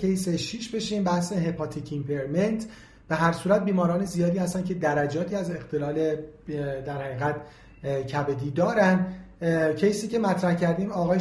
کیس 6 بشیم، بحث هپاتیک ایمپرمنت. به هر صورت بیماران زیادی هستن که درجاتی از اختلال در حقیقت کبدی دارن. کیسی که مطرح کردیم آقای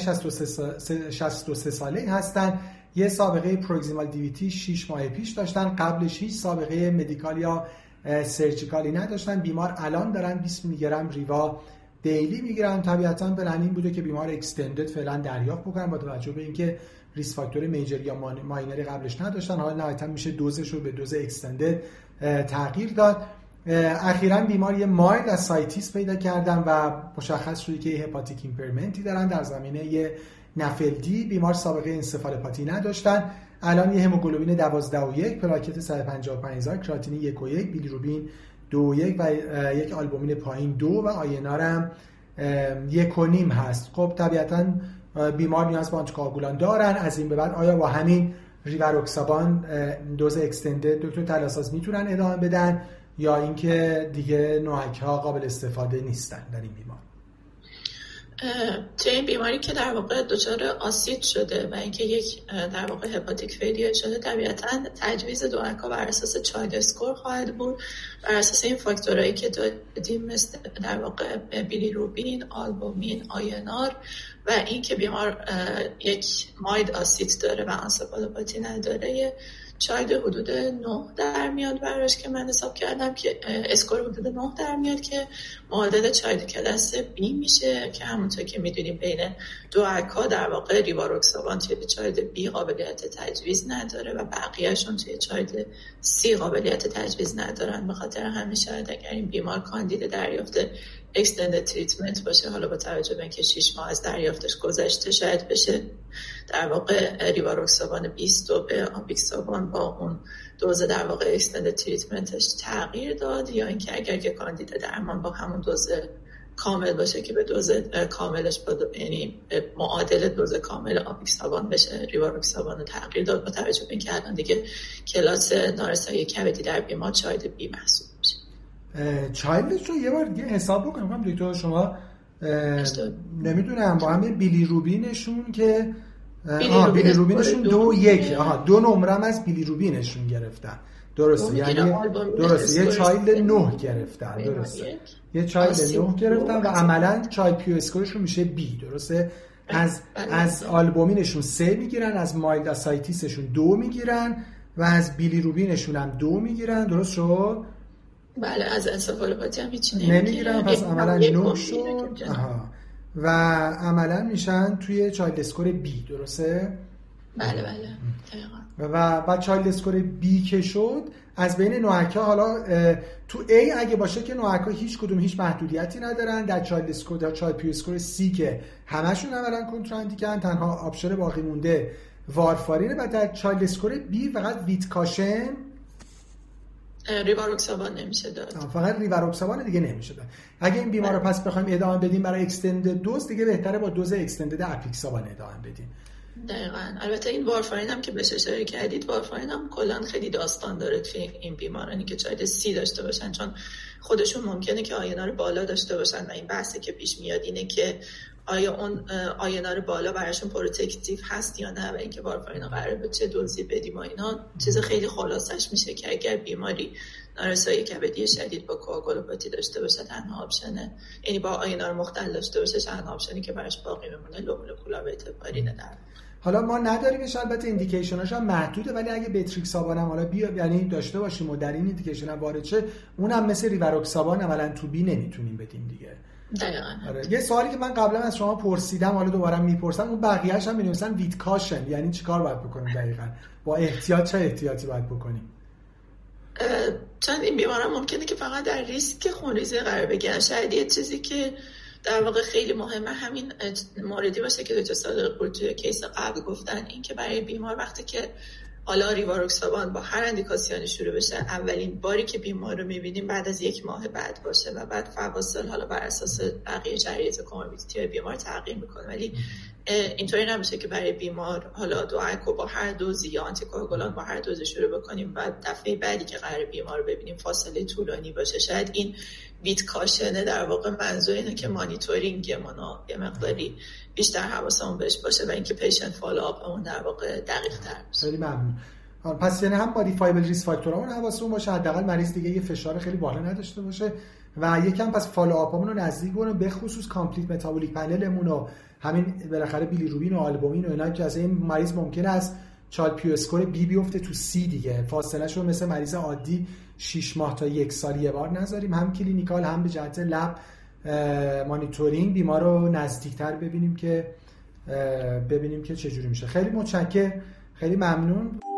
63 ساله هستن، یه سابقه پروگزیمال دیویتی 6 ماه پیش داشتن، قبلش هیچ سابقه مدیکال یا سرجیکالی نداشتن. بیمار الان دارن 20 میلی گرم ریوا دیلی میگیرن. طبیعتاً پلن این بوده که بیمار اکستندد فعلا دریافت بکنن با توجه به اینکه ریسک فاکتور میجر یا ماینری قبلش نداشتن. حالا نهایتاً میشه دوزش رو به دوز اکستندد تغییر داد. اخیراً بیمار یه مایل اسایتیس پیدا کردن و مشخص شده که هپاتیک ایمپرمنتی دارن در زمینه نفلدی. بیمار سابقه انسفالوپاتی نداشتن. الان یه هموگلوبین 12.1، پلاکت 155000، کراتینین 1.1، بیلیروبین 2.1 و یک آلبومین پایین 2 و آینار هم 1.5 هست. خب طبیعتاً بیمار نیاز به آنتیکواگولان دارن. از این به بعد آیا با همین ریواروکسابان دوز اکستندد دکتر تلاساز میتونن ادامه بدن یا اینکه دیگه نوآک ها قابل استفاده نیستن در این بیمار؟ توی این بیماری که در واقع دچار آسید شده و اینکه یک در واقع هپاتیک فیلیر شده، طبیعتاً تجویز دونکا بر اساس چایلد اسکور خواهد بود، بر اساس این فاکتورایی که دادیم مثل در واقع بیلیروبین، آلبومین، آینار و این که بیمار یک ماید آسید داره و انسفالوپاتی نداره. چایلد حدود 9 در میاد براش که من حساب کردم که اسکور حدود 9 در میاد که معادل چایلد کلاس بی میشه که همونطور که میدونیم بین دو عکا در واقع ریواروکسابان توی چایلد بی قابلیت تجویز نداره و بقیهشون توی چایلد سی قابلیت تجویز ندارن. به خاطر همین شاید اگر این بیمار کاندید دریافت اکستندد تریتمنت باشه، حالا با توجه به اینکه 6 ماه از دریافتش گذشته، شاید بشه در واقع ریواروکسابان 20 به آپیکسابان با اون دوز در واقع اکستندد تریتمنتش تغییر داد، یا اینکه اگر که کاندید درمان با همون دوز کامل باشه که به دوز کاملش یعنی معادل دوز کامل آپیکسابان بشه ریواروکسابان رو تغییر داد، با توجه به اینکه الان دیگه کلاس نارسایی کبدی در بیمار چایلد بی محسوب میشه. چایلدش رو یه بار دیگه حساب بکنم دکتر شما نمیدونم با همین بیلیروبینشون که بیلیروبینشون 2.1 2 نمره هم از بیلیروبینشون گرفتن، درسته؟ یعنی درسته یه چایلد 9 گرفتن، درسته یه چایلد 9 گرفتن و عملا چایلد پیو اسکورشون میشه بی، درسته؟ از آلبومینشون 3 میگیرن، از مایلد اسایتیسشون 2 میگیرن و از بیلیروبینشون هم 2 میگیرن، درست شد؟ بله، از انسفالوپاتی هم هیچی نمیگیرن، پس عملا 9 شد و عملا میشن توی چایلد اسکور بی، درسته؟ بله و بعد چایلد اسکور بی که شد، از بین نوعکا حالا تو A اگه باشه که نوعکا هیچ کدوم هیچ محدودیتی ندارن، در چایلد اسکور در چایلد پیو اسکور C که همشون عملا کنتراندیکن، تنها آپشن باقی مونده وارفارینه، و در چایلد اسکور B فقط ویتکاشن ریواروکسابان نمیشه داد، فقط ریواروکسابان دیگه نمیشه داد. اگه این بیمار رو پس بخوایم ادامه بدیم برای اکستندد دوز، دیگه بهتره با دوز اکستندد اپیکسابان ادامه بدیم. دقیقاً. البته این وارفارین هم که بهش اشاره کردید، وارفارین هم کلاً خیلی داستان داره توی این بیمارانی که چایلد سی داشته باشن، چون خودشون ممکنه که آینار بالا داشته باشن و این بحثی که پیش میاد اینه که آیا اون آینار بالا براشون پروتکتیو هست یا نه و اینکه وارفارین قراره به چه دوزی بدیم و اینا. چیز خیلی خلاصش میشه که اگر بیماری نارسایی کبدی شدید با کوآگولوپاتی داشته باشه، تنها آپشنه، یعنی با آینار مختل داشته باشه، تنها آپشنی که براش باقی میمونه لو مولکولار بتاپارینه. حالا ما نداریمش، البته ایندیکیشناش هم محدوده، ولی اگه بتریکسابان هم حالا یعنی داشته باشیم و در این ایندیکیشن هم وارد شه، اونم مثل ریواروکسابان عملاً تو بی نمیتونیم بدیم دیگه. دقیقاً. یه سوالی که من قبلا از شما پرسیدم حالا دوباره میپرسم، اون بقیه‌اش هم می‌نویسن ویت کاشن، یعنی چیکار باید بکنیم دقیقاً؟ با احتیاط چه احتیاطی باید بکنیم؟ چند این بیماران ممکنه که فقط در ریسک خونریزی قرار بگیرن. شاید یه چیزی که در واقع خیلی مهمه همین موردی باشه که دکتر صادق‌پور توی کیس قبل گفتن، این که برای بیمار وقتی که حالا ریواروکسابان با هر اندیکاسیونی شروع بشه، اولین باری که بیمار رو می‌بینیم بعد از 1 ماه بعد باشه و بعد فواصل حالا بر اساس بقیه جریات کوموربیدیتی بیمار تغییر میکنه، ولی اینطوری نمیشه که برای بیمار حالا دواکو با هر دوزی یا آنتیکواگولان با هر دوزی شروع بکنیم و دفعه بعدی که قرار بیمار رو ببینیم فاصله طولانی باشه. شاید این بیت کاشنه در واقع منظور اینه که مانیتورینگ ما یه مقداری بیشتر حواسمون بهش باشه و اینکه پیشنت فالوآپمون در واقع دقیق تر بشه. خیلی ممنون. پس یعنی هم مودیفایبل ریسک فاکتورامون حواسمون باشه، حداقل مریض دیگه یه فشار خیلی بالا نداشته باشه و یکم پس فالوآپمون رو نزدیک کنه، به خصوص کامپلیت متابولیک پنلمون و همین بالاخره بیلیروبین و آلبومین و اینا که از این مریض ممکن است چالپیو اسکور بی بیفته تو سی دیگه، فاصله‌ش رو مثل مریض عادی 6 ماه تا 1 سال یه بار نذاریم، هم کلینیکال هم به جهت لب مانیتورینگ بیمار رو نزدیکتر ببینیم که چه جوری میشه. خیلی متشکرم، خیلی ممنون.